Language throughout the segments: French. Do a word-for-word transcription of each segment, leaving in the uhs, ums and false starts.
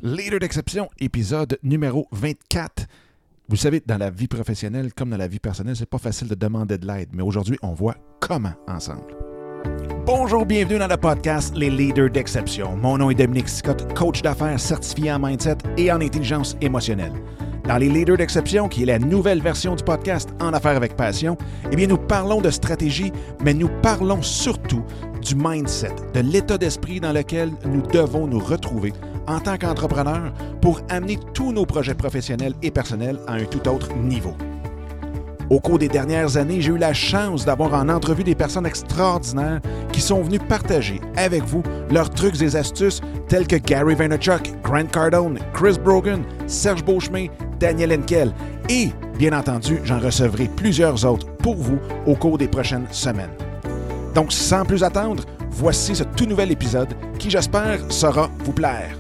Leader d'exception, épisode numéro vingt-quatre. Vous savez, dans la vie professionnelle comme dans la vie personnelle, c'est pas facile de demander de l'aide, mais aujourd'hui, on voit comment ensemble. Bonjour, bienvenue dans le podcast Les Leaders d'exception. Mon nom est Dominique Scott, coach d'affaires certifié en mindset et en intelligence émotionnelle. Dans Les Leaders d'exception, qui est la nouvelle version du podcast En affaires avec passion, eh bien, nous parlons de stratégie, mais nous parlons surtout du mindset, de l'état d'esprit dans lequel nous devons nous retrouver en tant qu'entrepreneurs pour amener tous nos projets professionnels et personnels à un tout autre niveau. Au cours des dernières années, j'ai eu la chance d'avoir en entrevue des personnes extraordinaires qui sont venues partager avec vous leurs trucs et astuces tels que Gary Vaynerchuk, Grant Cardone, Chris Brogan, Serge Beauchemin, Daniel Henkel et, bien entendu, j'en recevrai plusieurs autres pour vous au cours des prochaines semaines. Donc, sans plus attendre, voici ce tout nouvel épisode qui, j'espère, saura vous plaire.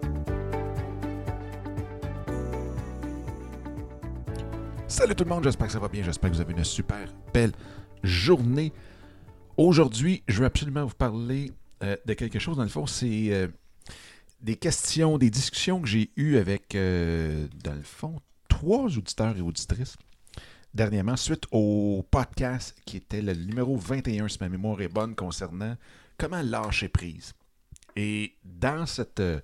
Salut tout le monde, j'espère que ça va bien, j'espère que vous avez une super belle journée. Aujourd'hui, je veux absolument vous parler euh, de quelque chose. Dans le fond, c'est euh, des questions, des discussions que j'ai eues avec, euh, dans le fond, trois auditeurs et auditrices dernièrement, suite au podcast qui était le numéro vingt et un, si ma mémoire est bonne, concernant comment lâcher prise. Et dans cette... Euh,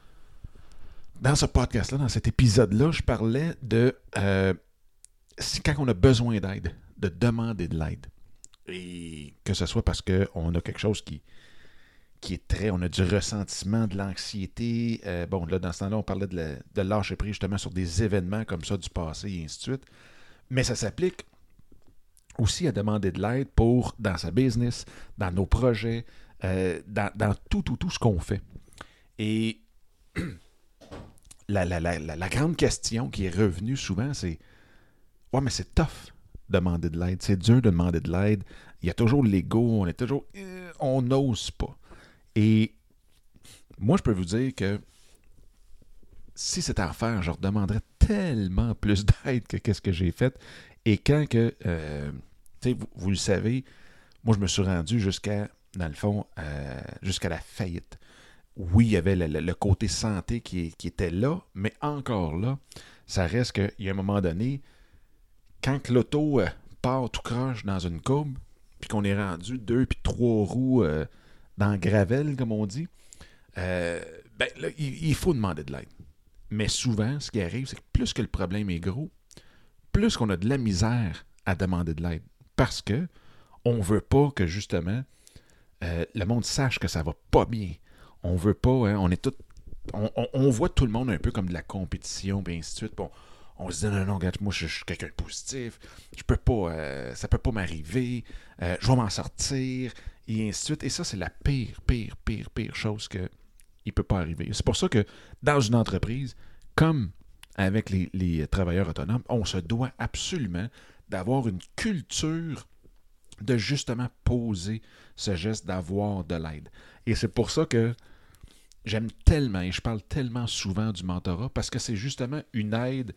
dans ce podcast-là, dans cet épisode-là, je parlais de... Euh, c'est quand on a besoin d'aide, de demander de l'aide. Et que ce soit parce qu'on a quelque chose qui, qui est très... On a du ressentiment, de l'anxiété. Euh, bon, là, dans ce temps-là, on parlait de, la, de lâcher prise justement sur des événements comme ça du passé et ainsi de suite. Mais ça s'applique aussi à demander de l'aide pour, dans sa business, dans nos projets, euh, dans, dans tout, tout, tout ce qu'on fait. Et la, la, la, la, la grande question qui est revenue souvent, c'est ouais, mais c'est tough de demander de l'aide. C'est dur de demander de l'aide. Il y a toujours l'ego. On est toujours... Euh, on n'ose pas. Et moi, je peux vous dire que si c'était à refaire, je demanderais tellement plus d'aide que qu'est-ce que j'ai fait. Et quand que... Euh, tu sais, vous, vous le savez, moi, je me suis rendu jusqu'à, dans le fond, euh, jusqu'à la faillite. Oui, il y avait le, le, le côté santé qui, qui était là, mais encore là, ça reste qu'il y a un moment donné... Quand l'auto euh, part tout croche dans une courbe, puis qu'on est rendu deux puis trois roues euh, dans le gravel, comme on dit, euh, ben là, il, il faut demander de l'aide. Mais souvent, ce qui arrive, c'est que plus que le problème est gros, plus qu'on a de la misère à demander de l'aide. Parce que on veut pas que, justement, euh, le monde sache que ça va pas bien. On veut pas, hein, on est tout... On, on, on voit tout le monde un peu comme de la compétition, et ainsi de suite. Bon, on se dit, non, non, regarde, moi, je, je suis quelqu'un de positif, je peux pas, euh, ça peut pas m'arriver, euh, je vais m'en sortir, et ainsi de suite. Et ça, c'est la pire, pire, pire, pire chose qu'il ne peut pas arriver. C'est pour ça que dans une entreprise, comme avec les, les travailleurs autonomes, on se doit absolument d'avoir une culture de justement poser ce geste d'avoir de l'aide. Et c'est pour ça que j'aime tellement, et je parle tellement souvent du mentorat, parce que c'est justement une aide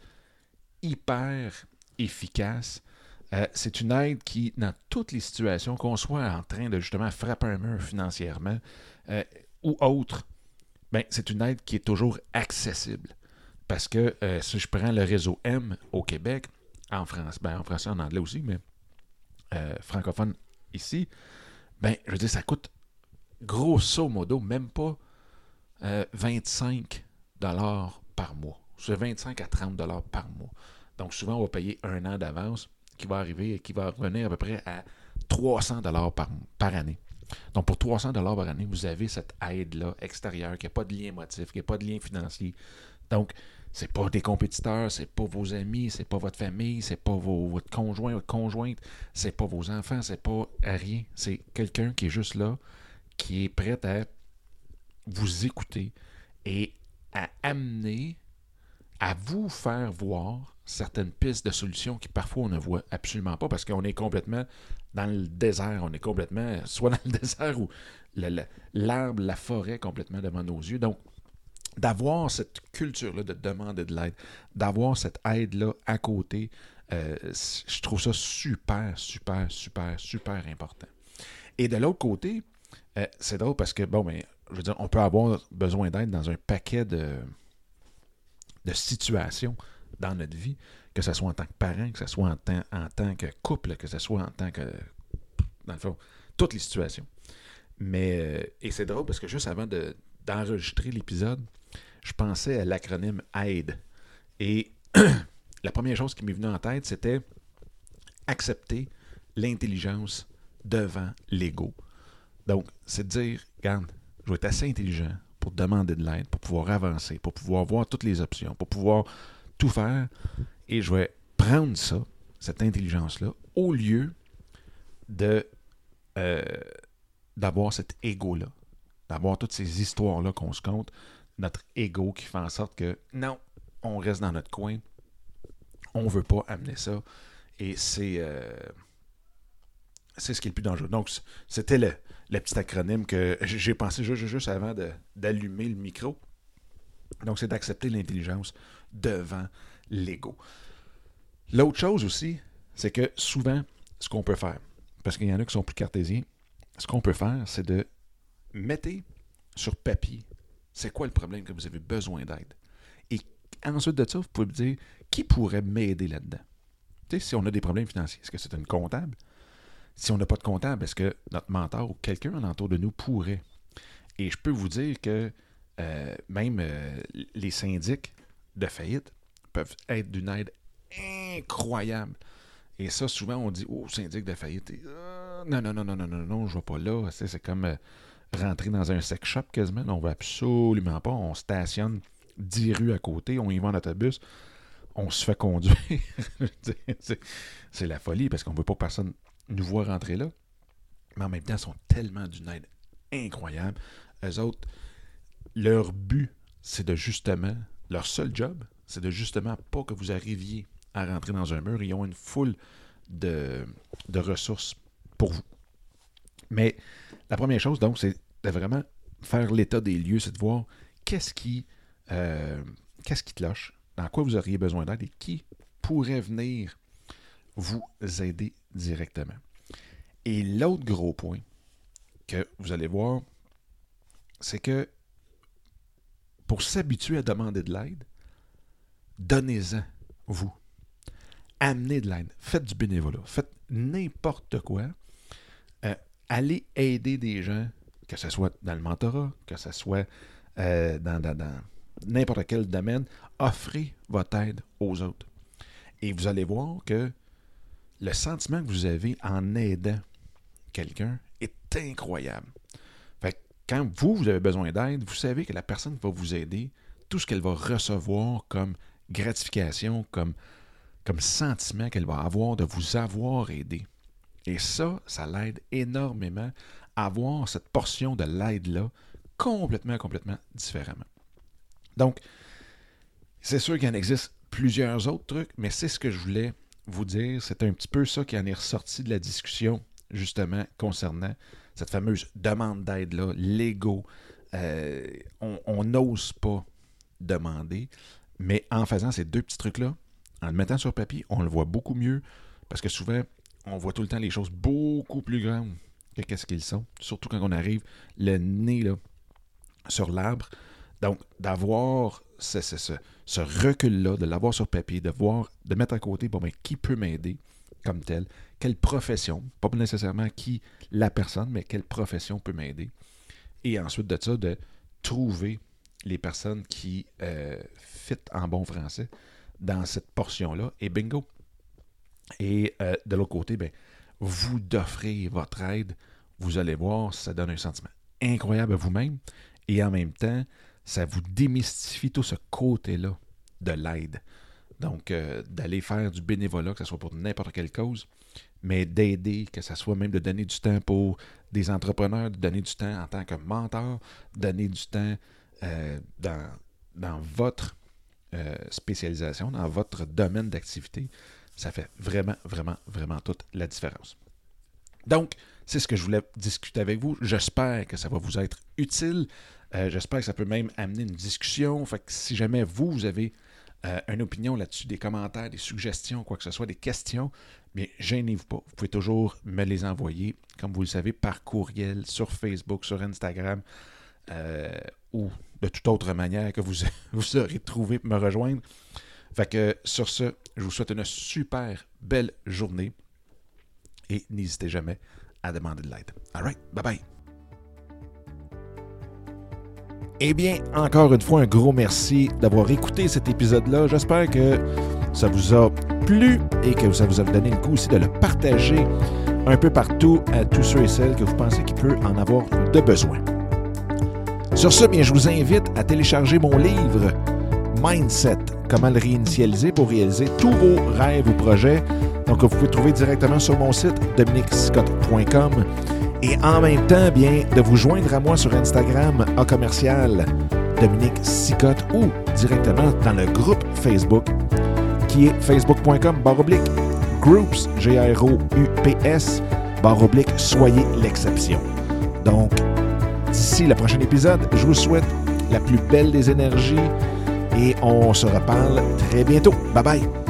hyper efficace. Euh, c'est une aide qui, dans toutes les situations, qu'on soit en train de justement frapper un mur financièrement euh, ou autre, ben, c'est une aide qui est toujours accessible. Parce que euh, si je prends le réseau M au Québec, en France, ben, en français, en anglais aussi, mais euh, francophone ici, ben, je veux dire, ça coûte grosso modo même pas euh, vingt-cinq dollars par mois. C'est vingt-cinq à trente dollars par mois. Donc, souvent, on va payer un an d'avance qui va arriver et qui va revenir à peu près à trois cents dollars par, par année. Donc, pour trois cents dollars par année, vous avez cette aide-là extérieure, qui n'a pas de lien émotif, qui n'a pas de lien financier. Donc, c'est pas des compétiteurs, c'est pas vos amis, c'est pas votre famille, c'est pas vos, votre conjoint, votre conjointe, c'est pas vos enfants, c'est pas rien. C'est quelqu'un qui est juste là, qui est prêt à vous écouter et à amener, à vous faire voir certaines pistes de solutions qui parfois on ne voit absolument pas parce qu'on est complètement dans le désert, on est complètement soit dans le désert ou le, le, l'arbre, la forêt complètement devant nos yeux. Donc, d'avoir cette culture-là de demander de l'aide, d'avoir cette aide-là à côté, euh, je trouve ça super, super, super, super important. Et de l'autre côté, euh, c'est drôle parce que, bon, ben, je veux dire, on peut avoir besoin d'aide dans un paquet de, de situations dans notre vie, que ce soit en tant que parent, que ce soit en, tant, en tant que couple, que ce soit en tant que... Dans le fond, toutes les situations. Mais, euh, et c'est drôle parce que juste avant de, d'enregistrer l'épisode, je pensais à l'acronyme AIDE. Et la première chose qui m'est venue en tête, c'était accepter l'intelligence devant l'ego. Donc, c'est de dire, regarde, je vais être assez intelligent pour demander de l'aide, pour pouvoir avancer, pour pouvoir voir toutes les options, pour pouvoir tout faire. Et je vais prendre ça, cette intelligence-là, au lieu de euh, d'avoir cet ego-là, d'avoir toutes ces histoires-là qu'on se compte, notre ego qui fait en sorte que, non, on reste dans notre coin, on ne veut pas amener ça, et c'est... Euh, c'est ce qui est le plus dangereux. Donc, c'était le, le petit acronyme que j'ai pensé juste, juste avant de, d'allumer le micro. Donc, c'est d'accepter l'intelligence devant l'ego. L'autre chose aussi, c'est que souvent, ce qu'on peut faire, parce qu'il y en a qui sont plus cartésiens, ce qu'on peut faire, c'est de mettre sur papier c'est quoi le problème que vous avez besoin d'aide. Et ensuite de ça, vous pouvez me dire qui pourrait m'aider là-dedans. Tu sais, si on a des problèmes financiers, est-ce que c'est une comptable? Si on n'a pas de comptable, est-ce que notre mentor ou quelqu'un alentour de nous pourrait? Et je peux vous dire que euh, même euh, les syndics de faillite peuvent être d'une aide incroyable. Et ça, souvent, on dit « Oh, syndic de faillite, et, euh, non, non, non, non, non, non, non, je ne vais pas là. » C'est, c'est comme euh, rentrer dans un sex shop quasiment. On ne va absolument pas. On stationne dix rues à côté, on y va en autobus, on se fait conduire. c'est, c'est la folie parce qu'on ne veut pas que personne nous voit rentrer là. Mais en même temps, ils sont tellement d'une aide incroyable. Eux autres, leur but, c'est de justement, leur seul job, c'est de justement pas que vous arriviez à rentrer dans un mur. Ils ont une foule de, de ressources pour vous. Mais la première chose, donc, c'est de vraiment faire l'état des lieux, c'est de voir qu'est-ce qui, euh, qu'est-ce qui cloche, dans quoi vous auriez besoin d'aide et qui pourrait venir vous aider directement. Et l'autre gros point que vous allez voir, c'est que pour s'habituer à demander de l'aide, donnez-en, vous. Amenez de l'aide. Faites du bénévolat. Faites n'importe quoi. Euh, allez aider des gens, que ce soit dans le mentorat, que ce soit euh, dans, dans, dans n'importe quel domaine. Offrez votre aide aux autres. Et vous allez voir que le sentiment que vous avez en aidant quelqu'un est incroyable. Fait que quand vous, vous avez besoin d'aide, vous savez que la personne va vous aider, tout ce qu'elle va recevoir comme gratification, comme, comme sentiment qu'elle va avoir de vous avoir aidé. Et ça, ça l'aide énormément à avoir cette portion de l'aide-là complètement, complètement différemment. Donc, c'est sûr qu'il en existe plusieurs autres trucs, mais c'est ce que je voulais vous dire. C'est un petit peu ça qui en est ressorti de la discussion, justement, concernant cette fameuse demande d'aide-là, l'ego. Euh, on n'ose pas demander, mais en faisant ces deux petits trucs-là, en le mettant sur papier, on le voit beaucoup mieux, parce que souvent, on voit tout le temps les choses beaucoup plus grandes que qu'est-ce qu'ils sont, surtout quand on arrive le nez là, sur l'arbre. Donc, d'avoir ce, ce, ce, ce recul-là, de l'avoir sur papier, de voir, de mettre à côté, bon, ben, qui peut m'aider comme tel, quelle profession, pas nécessairement qui la personne, mais quelle profession peut m'aider. Et ensuite de ça, de trouver les personnes qui euh, fit en bon français dans cette portion-là, et bingo. Et euh, de l'autre côté, ben, vous d'offrir votre aide, vous allez voir, ça donne un sentiment incroyable à vous-même, et en même temps, ça vous démystifie tout ce côté-là de l'aide. Donc, euh, d'aller faire du bénévolat, que ce soit pour n'importe quelle cause, mais d'aider, que ce soit même de donner du temps pour des entrepreneurs, de donner du temps en tant que mentor, donner du temps euh, dans, dans votre euh, spécialisation, dans votre domaine d'activité, ça fait vraiment, vraiment, vraiment toute la différence. Donc, c'est ce que je voulais discuter avec vous. J'espère que ça va vous être utile. Euh, j'espère que ça peut même amener une discussion. Fait que si jamais vous, vous avez euh, une opinion là-dessus, des commentaires, des suggestions, quoi que ce soit, des questions, bien, gênez-vous pas. Vous pouvez toujours me les envoyer, comme vous le savez, par courriel, sur Facebook, sur Instagram. euh, ou de toute autre manière que vous, vous aurez trouvé pour me rejoindre. Fait que sur ce, je vous souhaite une super belle journée et n'hésitez jamais à demander de l'aide. All right, bye bye. Eh bien, encore une fois, un gros merci d'avoir écouté cet épisode-là. J'espère que ça vous a plu et que ça vous a donné le coup aussi de le partager un peu partout à tous ceux et celles que vous pensez qu'il peut en avoir de besoin. Sur ce, bien, je vous invite à télécharger mon livre Mindset, comment le réinitialiser pour réaliser tous vos rêves ou projets. Donc, vous pouvez trouver directement sur mon site dominique sicotte point com et en même temps, bien, de vous joindre à moi sur Instagram à commercial Dominique Sicotte ou directement dans le groupe Facebook qui est facebook point com barre oblique groups, G R O U P S, barre oblique, soyez l'exception. Donc, d'ici le prochain épisode, je vous souhaite la plus belle des énergies et on se reparle très bientôt. Bye bye!